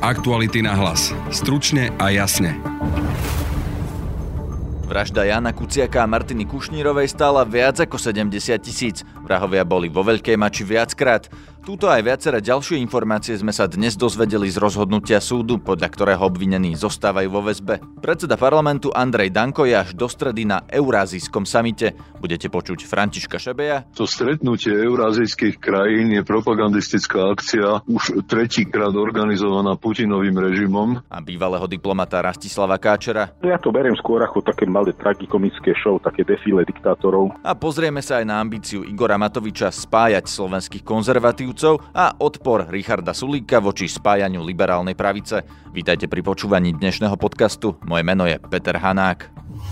Aktuality na hlas. Stručne a jasne. Vražda Jána Kuciaka a Martiny Kušnírovej stála viac ako 70 000. Vrahovia boli vo Veľkej Mači viackrát. Túto aj viaceré ďalšie informácie sme sa dnes dozvedeli z rozhodnutia súdu, podľa ktorého obvinení zostávajú vo väzbe. Predseda parlamentu Andrej Danko je až do stredy na Eurázijskom samite. Budete počuť Františka Šebeja. To stretnutie eurázijských krajín je propagandistická akcia, už tretíkrát organizovaná Putinovým režimom. A bývalého diplomata Rastislava Káčera. Ja to beriem skôr ako také malé tragikomické show, také defíle diktátorov. A pozrieme sa aj na ambíciu Igora Matoviča spájať slovenských konzervatívcov a odpor Richarda Sulíka voči spájaniu liberálnej pravice. Vítajte pri počúvaní dnešného podcastu. Moje meno je Peter Hanák.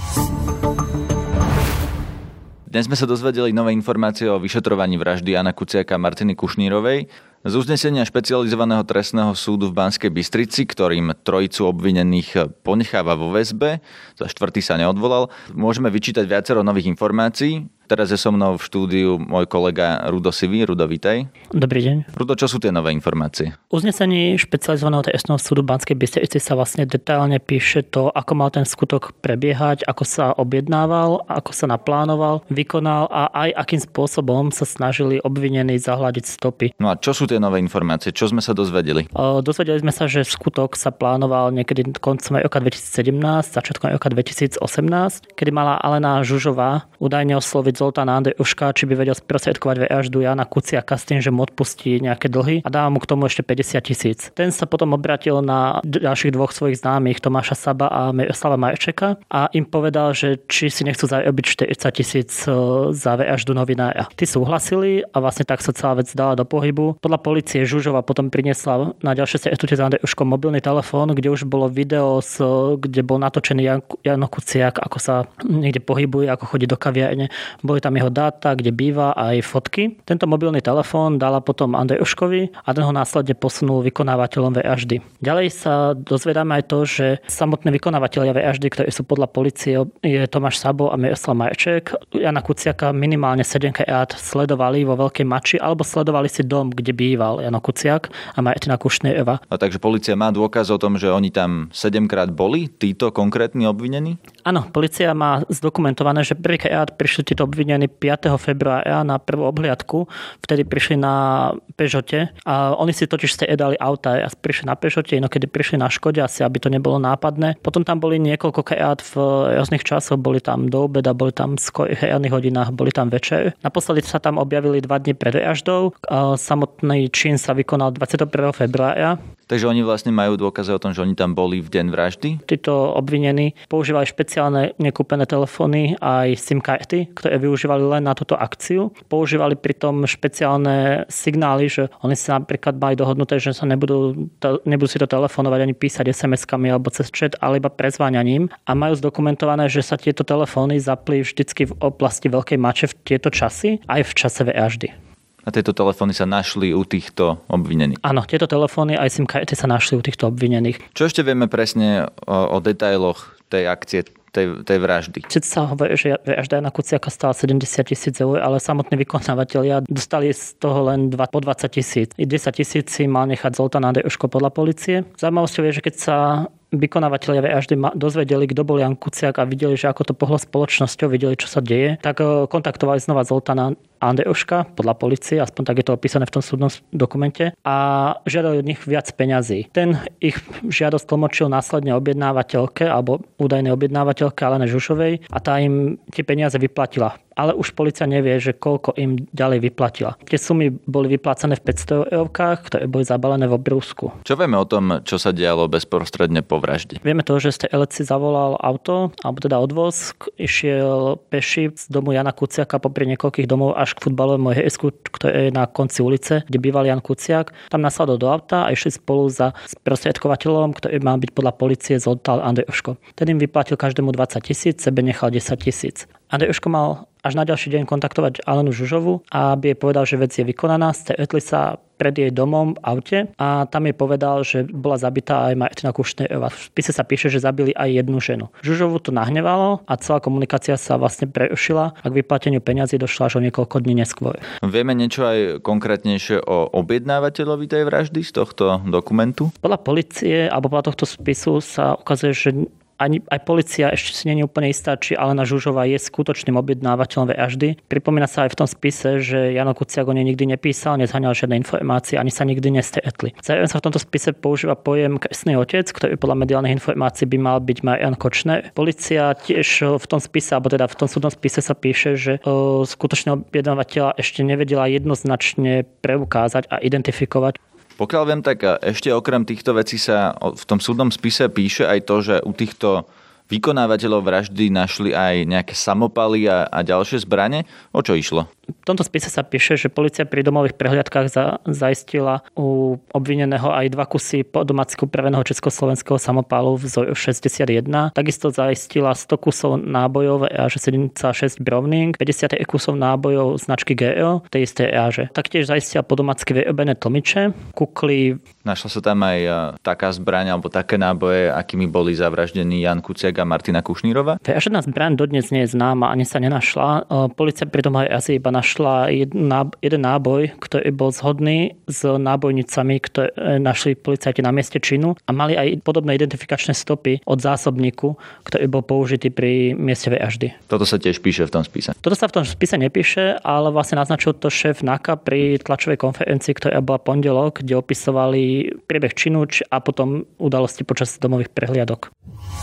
Dnes sme sa dozvedeli nové informácie o vyšetrovaní vraždy Jána Kuciaka a Martiny Kušnírovej. Z uznesenia špecializovaného trestného súdu v Banskej Bystrici, ktorým trojicu obvinených ponecháva vo väzbe, za štvrtý sa neodvolal, môžeme vyčítať viacero nových informácií. Teraz je so mnou v štúdiu môj kolega Rudo Sivý. Rudo, vítaj. Dobrý deň. Rudo, čo sú tie nové informácie? V uznesení špecializovaného trestného súdu v Banskej Bystrici sa vlastne detailne píše to, ako mal ten skutok prebiehať, ako sa objednával, ako sa naplánoval, vykonal a aj akým spôsobom sa snažili obvinení zahľadiť stopy. No a čo sú tie nové informácie? Čo sme sa dozvedeli? Dozvedeli sme sa, že skutok sa plánoval niekedy koncom roka 2017, začiatkom roka 2018, kedy mala Alena Žužová údajne osloviť Zoltána Andrejuška, či by vedel sprostredkovať vraždu Jána Kuciaka s tým, že mu odpustí nejaké dlhy a dáva mu k tomu ešte 50 000. Ten sa potom obratil na ďalších dvoch svojich známych, Tomáša Saba a Miroslava Marčeka, a im povedal, že či si nechcú zarobiť 40 000 za vraždu novinára. Tí súhlasili a vlastne tak sa celá vec dala do pohybu. Podľa polície Žužova potom priniesla na ďalšie stretnutie s Andrejuškom mobilný telefón, kde už bolo video, kde bol natočený Jano Kuciak, ako sa niekde pohybuje, ako chodí do kaviarne. Boli tam jeho dáta, kde býva, aj fotky. Tento mobilný telefón dala potom Andrejuškovi a ten ho následne posunul vykonávateľom vraždy. Ďalej sa dozvedáme aj to, že samotné vykonávateľia vraždy, ktorí sú podľa polície, je Tomáš Sabo a Miroslav Marček, Jana Kuciaka minimálne 7-krát sledovali vo Veľkej Mači alebo sledovali si dom, kde býval Jano Kuciak a Martina Kušnírová. A takže polícia má dôkaz o tom, že oni tam 7-krát boli, títo konkrétni obvinení? Áno, polícia má zdokumentované, že prvýkrát prišli títo obvinení 5. februára na prvú obhliadku. Vtedy prišli na Peugeote a oni si totiž striedali auta a prišli na Peugeote, inokedy prišli na Škode, asi aby to nebolo nápadné. Potom tam boli niekoľkokrát v rôznych časoch, boli tam do obeda, boli tam v skorých ranných hodinách, boli tam večer. Naposledy sa tam objavili 2 dni pred vraždou. Samotný čin sa vykonal 21. februára. Takže oni vlastne majú dôkazy o tom, že oni tam boli v deň vraždy? Títo obvinení používali špeciálne nekúpené telefóny aj SIM karty, ktoré využívali len na túto akciu. Používali pritom špeciálne signály, že oni sa napríklad mali dohodnuté, že sa nebudú si to telefonovať ani písať SMS-kami alebo cez chat, ale iba prezváňaním. A majú zdokumentované, že sa tieto telefóny zapli vždycky v oblasti Veľkej Mače v tieto časy, aj v čase vraždy. A tieto telefóny sa našli u týchto obvinených? Áno, tieto telefóny aj SIM karty sa našli u týchto obvinených. Čo ešte vieme presne o detailoch tej akcie, tej vraždy? Všetci sa hovorí, že vražda Jána Kuciaka stála 70 000 eur, ale samotní vykonávatelia dostali z toho len po 20 000. I 10 000 si mal nechať Zoltán Andrejuško podľa polície. Zaujímavosťou je, že keď sa vykonávateľia vraždy dozvedeli, kto bol Ján Kuciak a videli, že ako to pohlo spoločnosťou, videli, čo sa deje, tak kontaktovali znova Zoltána Andrejuška podľa polície, aspoň tak je to opísané v tom súdnom dokumente, a žiadali od nich viac peňazí. Ten ich žiadosť tlmočil následne objednávateľke alebo údajnej objednávateľke Alene Žužovej a tá im tie peniaze vyplatila. Ale už polícia nevie, že koľko im ďalej vyplatila. Tie sumy boli vyplácané v 500 eurovkách, ktoré boli zabalené v obrúsku. Čo vieme o tom, čo sa dialo bezprostredne po vražde? Vieme to, že strelec si zavolal auto, alebo teda odvoz, išiel peši z domu Jana Kuciaka popri niekoľkých domov až k futbalovému ihrisku, ktoré je na konci ulice, kde býval Ján Kuciak. Tam nasadol do auta a išli spolu za sprostredkovateľom, ktorý má byť podľa polície Zoltán Andrejuško. Ten im vyplatil každému 20 000, sebe nechal 10 000. Andrej Uško mal až na ďalší deň kontaktovať Alenu Žužovu, aby jej povedal, že vec je vykonaná. Stretli sa pred jej domom v aute a tam jej povedal, že bola zabitá aj Martina Kušnírová. V spise sa píše, že zabili aj jednu ženu. Žužovu to nahnevalo a celá komunikácia sa vlastne prerušila a k vyplateniu peňazí došla až o niekoľko dní neskôr. Vieme niečo aj konkrétnejšie o objednávateľovi tej vraždy z tohto dokumentu? Podľa polície alebo podľa tohto spisu sa ukazuje, že aj polícia ešte si nie je úplne istá, či Alena Žužová je skutočným objednávateľom vraždy. Pripomína sa aj v tom spise, že Jano Kuciak o nej nikdy nepísal, nezháňal žiadne informácie, ani sa nikdy nestretli. Zároveň sa v tomto spise používa pojem krstný otec, ktorý podľa mediálnych informácií by mal byť Marian Kočner. Polícia tiež v tom spise, alebo teda v tom súdnom spise sa píše, že skutočného objednávateľa ešte nevedela jednoznačne preukázať a identifikovať. Pokiaľ viem, tak ešte okrem týchto vecí sa v tom súdnom spise píše aj to, že u týchto vykonávateľov vraždy našli aj nejaké samopaly a ďalšie zbrane. O čo išlo? V tomto spise sa píše, že polícia pri domových prehliadkách zaistila u obvineného aj 2 kusy domácky upraveného československého samopalu vzoru 61. Takisto zaistila 100 kusov nábojov EAŽ 7,6 Browning, 50 kusov nábojov značky GL, tej isté EAŽ. Taktiež zaistila podomácky vyrobené tlmiče, kukly. Našla sa tam aj taká zbraň alebo také náboje, akými boli zavraždení Jan Kuciak a Martina Kušnírova? Žiadna zbraň dodnes nie je známa, ani sa nenašla. Polícia pri domovej asi iba našla jeden náboj, ktorý bol zhodný s nábojnicami, ktoré našli policajti na mieste činu a mali aj podobné identifikačné stopy od zásobníku, ktorý bol použitý pri mieste vraždy. Toto sa tiež píše v tom spise? Toto sa v tom spise nepíše, ale vlastne naznačil to šéf NAKA pri tlačovej konferencii, ktorá bola pondelok, kde opisovali priebeh činu a potom udalosti počas domových prehliadok.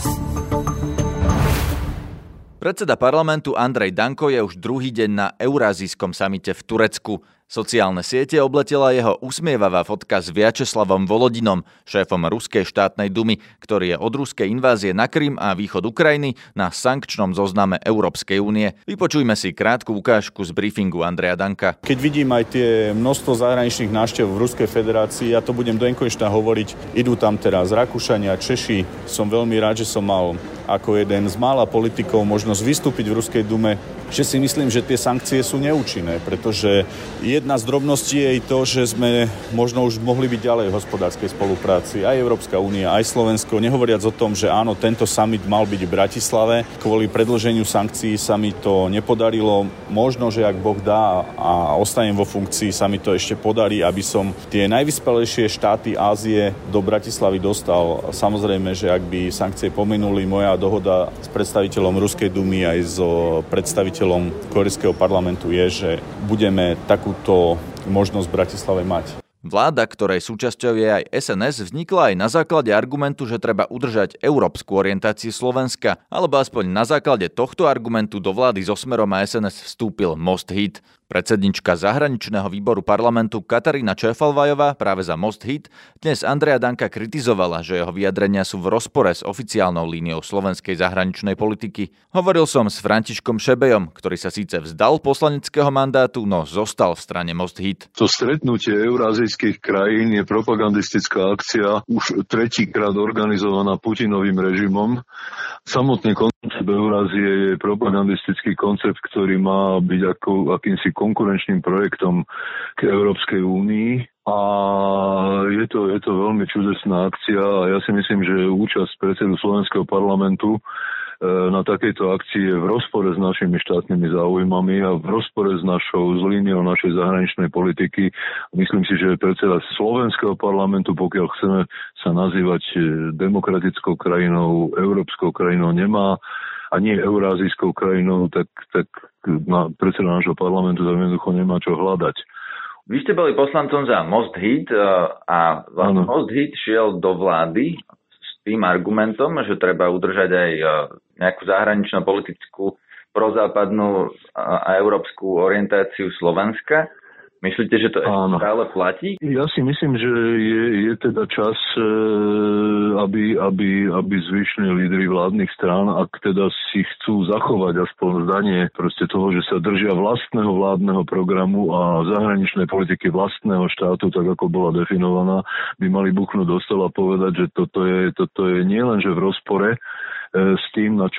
Predseda parlamentu Andrej Danko je už druhý deň na Eurázijskom samite v Turecku. Sociálne siete obletela jeho usmievavá fotka s Vyacheslavom Volodinom, šéfom Ruskej štátnej dumy, ktorý je od ruskej invázie na Krym a východ Ukrajiny na sankčnom zozname Európskej únie. Vypočujme si krátku ukážku z briefingu Andreja Danka. Keď vidím aj tie množstvo zahraničných návštev v Ruskej federácii, ja to budem do nekonečna hovoriť, idú tam teraz Rakúšania, Češi. Som veľmi rád, že som mal ako jeden z mála politikov možnosť vystúpiť v Ruskej dume, že si myslím, že tie sankcie sú neúčinné, pretože jedna z drobností je aj to, že sme možno už mohli byť ďalej v hospodárskej spolupráci. Aj Európska únia, aj Slovensko, nehovoriac o tom, že áno, tento summit mal byť v Bratislave. Kvôli predĺženiu sankcií sa mi to nepodarilo. Možno, že ak Boh dá a ostanem vo funkcii, sa mi to ešte podarí, aby som tie najvyspelejšie štáty Ázie do Bratislavy dostal. Samozrejme, že ak by sankcie pominuli, moja dohoda s predstaviteľom Ruskej dumy aj so predstaviteľom Kórejského parlamentu je, že budeme takúto možnosť v Bratislave mať. Vláda, ktorej súčasťou je aj SNS, vznikla aj na základe argumentu, že treba udržať európsku orientáciu Slovenska, alebo aspoň na základe tohto argumentu do vlády so Smerom a SNS vstúpil Most Híd. Predsednička zahraničného výboru parlamentu Katarína Čefalvajová práve za Most Híd dnes Andreja Danka kritizovala, že jeho vyjadrenia sú v rozpore s oficiálnou líniou slovenskej zahraničnej politiky. Hovoril som s Františkom Šebejom, ktorý sa síce vzdal poslaneckého mandátu, no zostal v strane Most Híd. To stretnutie eurázijských krajín je propagandistická akcia, už tretíkrát organizovaná Putinovým režimom. Samotný koncept Eurázie je propagandistický koncept, ktorý má byť akýmsi konkurenčným projektom k Európskej únii. A je to veľmi čudesná akcia a ja si myslím, že účasť predsedu Slovenského parlamentu na takejto akcii je v rozpore s našimi štátnymi záujmami a v rozpore s líniou našej zahraničnej politiky. Myslím si, že predseda Slovenského parlamentu, pokiaľ chceme sa nazývať demokratickou krajinou, európskou krajinou, nemá a nie eurázijskou krajinou, tak predseda nášho parlamentu tam jednoducho nemá čo hľadať. Vy ste boli poslancom za Most Híd a Most Híd šiel do vlády s tým argumentom, že treba udržať aj nejakú zahranično-politickú prozápadnú a európsku orientáciu Slovenska. Myslíte, že to stále platí? Ja si myslím, že je teda čas, aby zvyšní lídri vládnych strán, ak teda si chcú zachovať aspoň zdanie proste toho, že sa držia vlastného vládneho programu a zahraničnej politiky vlastného štátu, tak ako bola definovaná, by mali buchnúť do stola a povedať, že toto je nielen že v rozpore s tým, na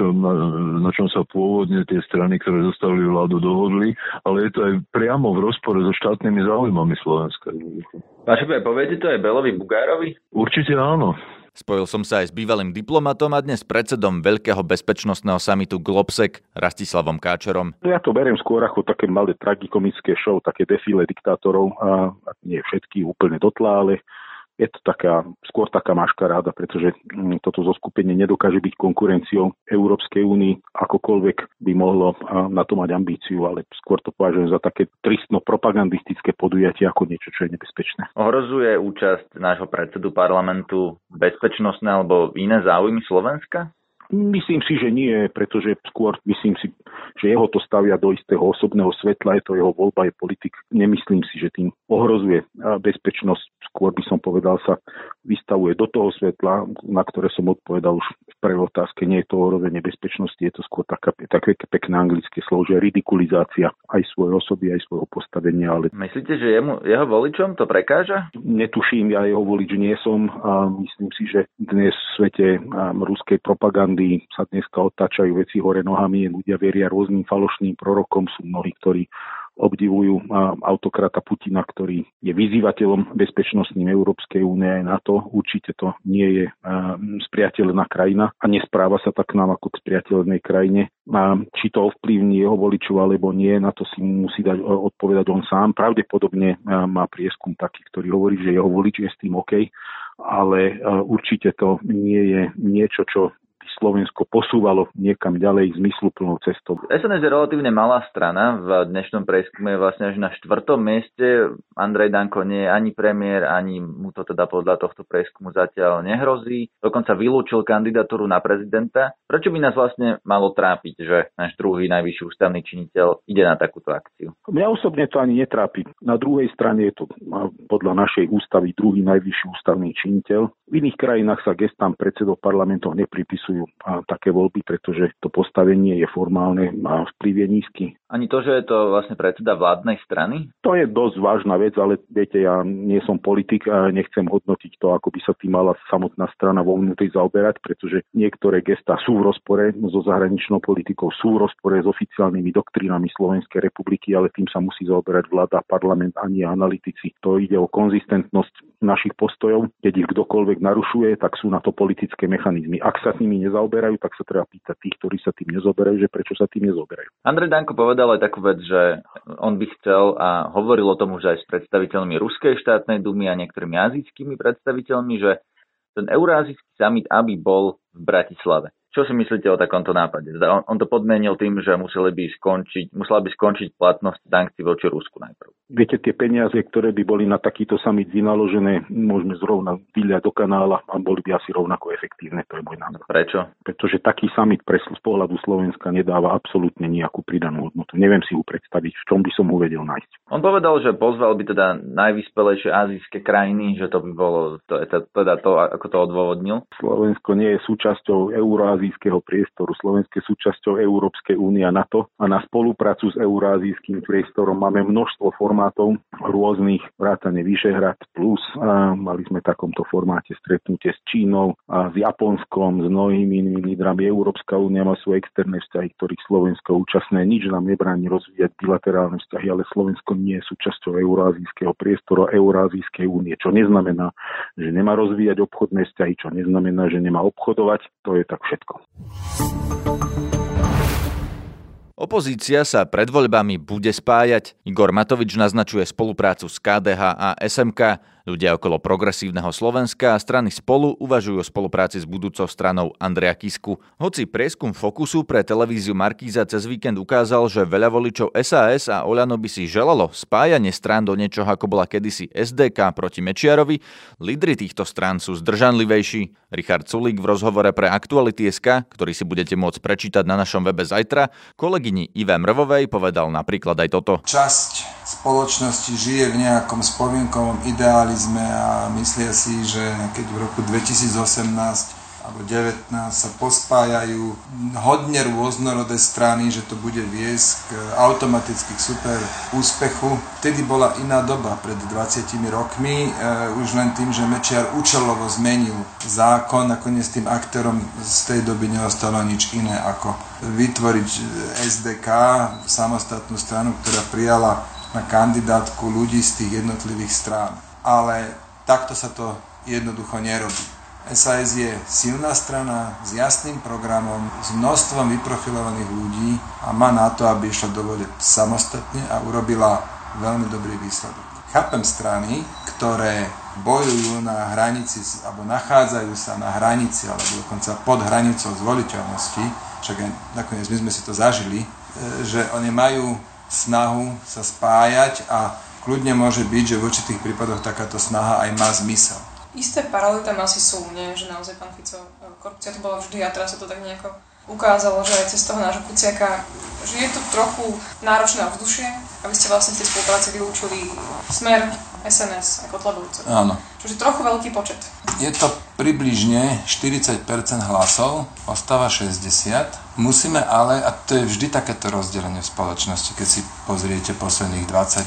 čom sa pôvodne tie strany, ktoré zostali vládu, dohodli, ale je to aj priamo v rozpore so štátnymi záujmami Slovenska. Vaše poviete to aj Belovi Bugárovi? Určite áno. Spojil som sa aj s bývalým diplomatom a dnes predsedom Veľkého bezpečnostného samitu Globsec Rastislavom Káčerom. Ja to beriem skôr ako také malé tragikomické show, také defíle diktátorov, a nie všetky úplne dotlá, ale je to skôr taká maškaráda, pretože toto zoskupenie nedokáže byť konkurenciou Európskej únii, akokoľvek by mohlo na to mať ambíciu, ale skôr to považujem za také tristno-propagandistické podujatie ako niečo, čo je nebezpečné. Ohrozuje účasť nášho predsedu parlamentu bezpečnostné alebo iné záujmy Slovenska? Myslím si, že nie, pretože skôr myslím si, že jeho to stavia do istého osobného svetla, je to jeho voľba, je politik. Nemyslím si, že tým ohrozuje bezpečnosť. Skôr by som povedal, sa vystavuje do toho svetla, na ktoré som odpovedal už v prvej otázke. Nie je to ohrozenie bezpečnosti, je to skôr také pekné anglické slovo, že ridikulizácia aj svojej osoby, aj svojho postavenia. Ale myslíte, že jeho voličom to prekáža? Netuším, ja jeho volič nie som a myslím si, že dnes v svete ruskej propagandy sa dneska otáčajú veci hore nohami, ľudia veria rôznym falošným prorokom, sú mnohí, ktorí obdivujú autokrata Putina, ktorý je vyzývateľom bezpečnostným Európskej únie aj NATO. Určite to nie je spriateľná krajina a nespráva sa tak nám ako k spriateľnej krajine. Či to ovplyvní jeho voličov alebo nie, na to si musí dať odpovedať on sám. Pravdepodobne má prieskum taký, ktorý hovorí, že jeho volič je s tým OK, ale určite to nie je niečo, čo Slovensko posúvalo niekam ďalej zmysluplnou cestou. SNS je relatívne malá strana. V dnešnom prieskume je vlastne až na 4. mieste. Andrej Danko nie je ani premiér, ani mu to teda podľa tohto prieskumu zatiaľ nehrozí. Dokonca vylúčil kandidatúru na prezidenta. Prečo by nás vlastne malo trápiť, že náš druhý najvyšší ústavný činiteľ ide na takúto akciu? Mňa osobne to ani netrápi. Na druhej strane je to podľa našej ústavy druhý najvyšší ústavný činiteľ. V iných krajinách sa gestám predsedov parlamentov nepripisujú také voľby, pretože to postavenie je formálne a vplyv je nízky. Ani to, že je to vlastne predseda vládnej strany? To je dosť vážna vec, ale viete, ja nie som politik a nechcem hodnotiť to, ako by sa tým mala samotná strana vo vnútri zaoberať, pretože niektoré gestá sú v rozpore so zahraničnou politikou, sú v rozpore s oficiálnymi doktrínami Slovenskej republiky, ale tým sa musí zaoberať vláda, parlament a nie analytici. To ide o konzistentnosť našich postojov. Keď ich kdokoľvek narušuje, tak sú na to politické mechanizmy. Ak sa nimi nezaoberajú, tak sa treba pýtať tých, ktorí sa tým nezoberajú, že prečo sa tým nezoberajú. Andrej Danko povedal aj takú vec, že on by chcel a hovoril o tom už aj s predstaviteľmi Ruskej štátnej dumy a niektorými azijskými predstaviteľmi, že ten Eurázijský summit aby bol v Bratislave. Čo si myslíte o takomto nápade? On to podmienil tým, že musela by skončiť platnosť sankcií voči Rusku najprv. Viete, tie peniaze, ktoré by boli na takýto summit vynaložené, môžeme zrovna vyliať do kanála a boli by asi rovnako efektívne, to je môj názor. Prečo? Pretože taký summit z pohľadu Slovenska nedáva absolútne nejakú pridanú hodnotu. Neviem si ho predstaviť, v čom by som ho vedel nájsť. On povedal, že pozval by teda najvyspelejšie azijské krajiny, že to by bolo teda to, ako to odôvodnil. Slovensko nie je súčasťou euroazijského priestoru. Slovensko je súčasťou Európskej únie a NATO a na spoluprácu s euroazijským priestorom máme množstvo formátov rôznych, vrátane Vyšehrad plus. Mali sme v takomto formáte stretnutie s Čínou a s Japonskom, s mnohými inými lídrami. Európska únia má svoje externé vzťahy, ktorých Slovensko účastné. Nič nám nebráni rozvíjať bilaterálne vzťahy, ale Slovensko nie je súčasťou euroazijského priestoru a Euroazijskej únie, čo neznamená, že nemá rozvíjať obchodné vzťahy, čo neznamená, že nemá obchodovať. To je tak všetko. Opozícia sa pred voľbami bude spájať. Igor Matovič naznačuje spoluprácu s KDH a SMK. Ľudia okolo Progresívneho Slovenska a strany Spolu uvažujú o spolupráci s budúcou stranou Andreja Kisku. Hoci prieskum Fokusu pre televíziu Markíza cez víkend ukázal, že veľa voličov SAS a Oľano by si želalo spájanie strán do niečoho, ako bola kedysi SDK proti Mečiarovi, lídri týchto strán sú zdržanlivejší. Richard Sulík v rozhovore pre Aktuality.sk, ktorý si budete môcť prečítať na našom webe zajtra, kolegyni Ive Mrvovej povedal napríklad aj toto. Časť spoločnosti žije v nejakom spomienkovom idealizme a myslia si, že keď v roku 2018 alebo 19 sa pospájajú hodne rôznorodé strany, že to bude viesť k automaticky k super úspechu. Vtedy bola iná doba, pred 20 rokmi, už len tým, že Mečiar účelovo zmenil zákon, nakoniec tým aktérom z tej doby neostalo nič iné, ako vytvoriť SDK, samostatnú stranu, ktorá prijala na kandidátku ľudí z tých jednotlivých strán. Ale takto sa to jednoducho nerobí. SAS je silná strana s jasným programom, s množstvom vyprofilovaných ľudí a má na to, aby išla do volieb samostatne a urobila veľmi dobrý výsledok. Chápem strany, ktoré bojujú na hranici alebo nachádzajú sa na hranici alebo dokonca pod hranicou zvoliteľnosti, však aj nakoniec my sme si to zažili, že oni majú snahu sa spájať a kľudne môže byť, že v určitých prípadoch takáto snaha aj má zmysel. Isté paralely tam asi sú, nie? Že naozaj pán Fico, korupcia to bola vždy a teraz sa to tak nejako ukázalo, že aj cez toho nášho Kuciaka, že je to trochu náročné ovzdušie, aby ste vlastne v tej spolupráci vylúčili Smer, SNS a Kotlebovcov. Áno. Čiže trochu veľký počet. Je to približne 40% hlasov, ostáva 60. Musíme ale, a to je vždy takéto rozdelenie v spoločnosti, keď si pozriete posledných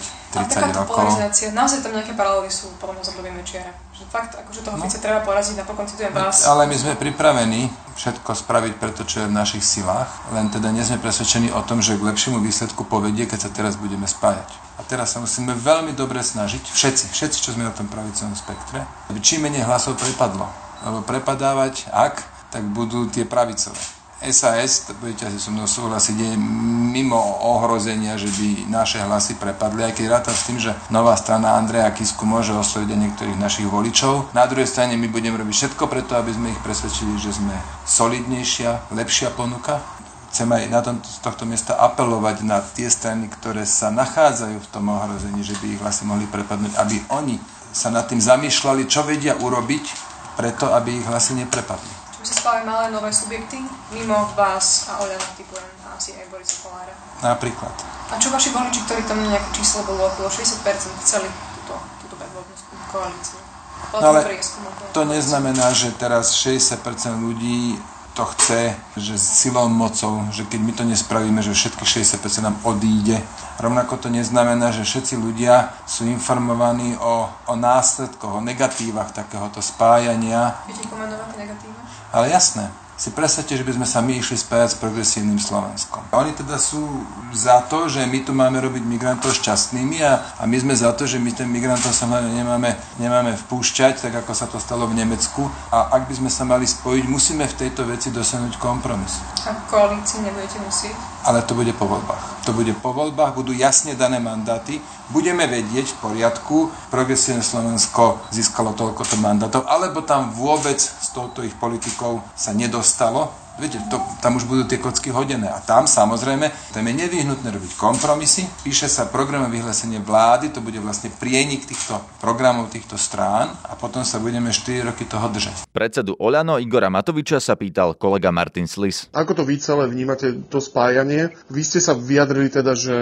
20-30 rokov. Polarizácia, naozaj tam nejaké paralely sú podľa mňa z obdobia Mečiara. Že fakt, akože toho Fica treba poraziť, napokon citujem vás. Ale my sme pripravení všetko spraviť preto, čo je v našich silách, len teda nie sme presvedčení o tom, že k lepšiemu výsledku povedie, keď sa teraz budeme spájať. A teraz sa musíme veľmi dobre snažiť, všetci, čo sme na tom pravicovom spektre, aby čím menej hlasov prepadlo. Lebo prepadávať, tak budú tie pravicové. SAS, budete asi so mnou súhlasiť, je mimo ohrozenia, že by naše hlasy prepadli, aj keď rátam s tým, že nová strana Andreja Kisku môže osloviť aj niektorých našich voličov. Na druhej strane my budeme robiť všetko preto, aby sme ich presvedčili, že sme solidnejšia, lepšia ponuka. Chcem aj z tohto miesta apelovať na tie strany, ktoré sa nachádzajú v tom ohrození, že by ich hlasy mohli prepadnúť, aby oni sa nad tým zamýšľali, čo vedia urobiť preto, aby ich hlasy neprepadli. Čiže sa spávajú malé nové subjekty, mimo vás a Oľano typujem a asi aj Borisa Kollára. Napríklad. A čo vaši voliči, ktorí tam nejaké číslo bolo okolo 60%, chceli túto predvoľbnú koalíciu? No ale to neznamená, že teraz 60% ľudí to chce, že silou mocou, že keď my to nespravíme, že všetkých 60% nám odíde. Rovnako to neznamená, že všetci ľudia sú informovaní o následkoch, o negatívach takéhoto spájania. Viete pomenovať negatíva? Ale jasné. Si predstavte, že by sme sa my išli spájať s progresívnym Slovenskom. Oni teda sú za to, že my tu máme robiť migrantov šťastnými a my sme za to, že my ten migrantov sa nemáme vpúšťať, tak ako sa to stalo v Nemecku. A ak by sme sa mali spojiť, musíme v tejto veci dosiahnuť kompromis. A v koalícii nebudete musieť? Ale to bude po voľbách. To bude po voľbách, budú jasne dané mandáty. Budeme vedieť v poriadku, progresívne Slovensko získalo toľkoto mandátov, alebo tam vôbec s touto ich politikou sa nedostalo. Viete, tam už budú tie kocky hodené. A tam samozrejme, tam je nevyhnutné robiť kompromisy. Píše sa programové vyhlásenie vlády, to bude vlastne prienik týchto programov, týchto strán a potom sa budeme 4 roky toho držať. Predsedu Oľano Igora Matoviča sa pýtal kolega Martin Slis. Ako to vy celé vnímate, to spájanie? Vy ste sa vyjadrili teda, že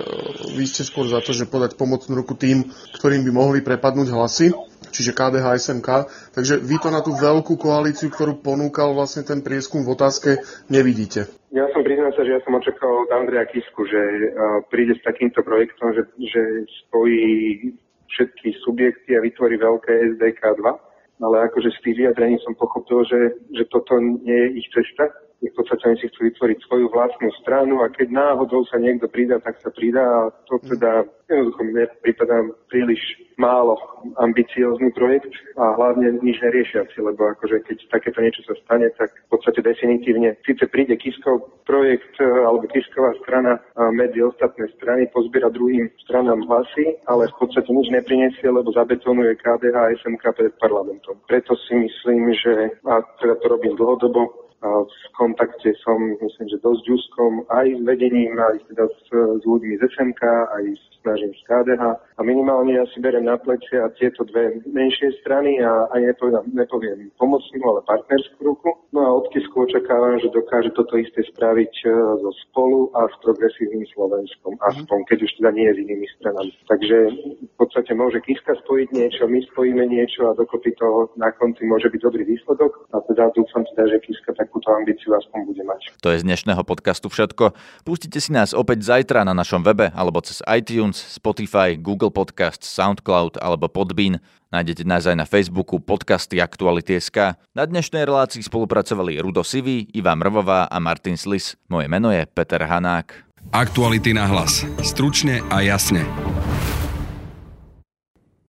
vy ste skôr za to, že podať pomocnú ruku tým, ktorým by mohli prepadnúť hlasy, čiže KDH, SMK. Takže vy to na tú veľkú koalíciu, ktorú ponúkal vlastne ten prieskum v otázke, nevidíte. Ja som priznal sa, že ja som očakal od Andreja Kisku, že príde s takýmto projektom, že spojí všetky subjekty a vytvorí veľké SDK 2. Ale akože z tých vyjadrení som pochopil, že toto nie je ich cesta. V podstate oni si chcú vytvoriť svoju vlastnú stranu a keď náhodou sa niekto pridá, tak sa pridá a to teda jednoducho mi prípada príliš málo ambiciózny projekt a hlavne nič neriešiaci, lebo akože keď takéto niečo sa stane, tak v podstate definitívne síce príde Kiskov projekt alebo Kisková strana medzi ostatné strany, pozbiera druhým stranám hlasy, ale v podstate nič neprinesie, lebo zabetonuje KDH a SMK pred parlamentom. Preto si myslím, že a teda to robím dlhodobo, v kontakte som, myslím, že dosť úzkom aj s vedením, aj teda s ľuďmi z SMK, aj s snažím z KDH a minimálne ja si berem na plecia tieto dve menšie strany a nepoviem pomocnú, ale partnerskú ruku. No a od Kisku očakávam, že dokáže toto isté spraviť so Spolu a s Progresívnym Slovenskom, aspoň keď už teda nie je s inými stranami. Takže v podstate môže Kiska spojiť niečo, my spojíme niečo a dokopy to na konci môže byť dobrý výsledok a teda dúfam teda, že Kiska takúto ambíciu aspoň bude mať. To je z dnešného podcastu všetko. Pustite si nás opäť zajtra na našom webe alebo cez iTunes, Spotify, Google Podcast, SoundCloud alebo Podbean. Nájdete nás aj na Facebooku podcasty Aktuality.sk. Na dnešnej relácii spolupracovali Rudo Sivý, Iva Mrvová a Martin Slis. Moje meno je Peter Hanák. Aktuality na hlas. Stručne a jasne.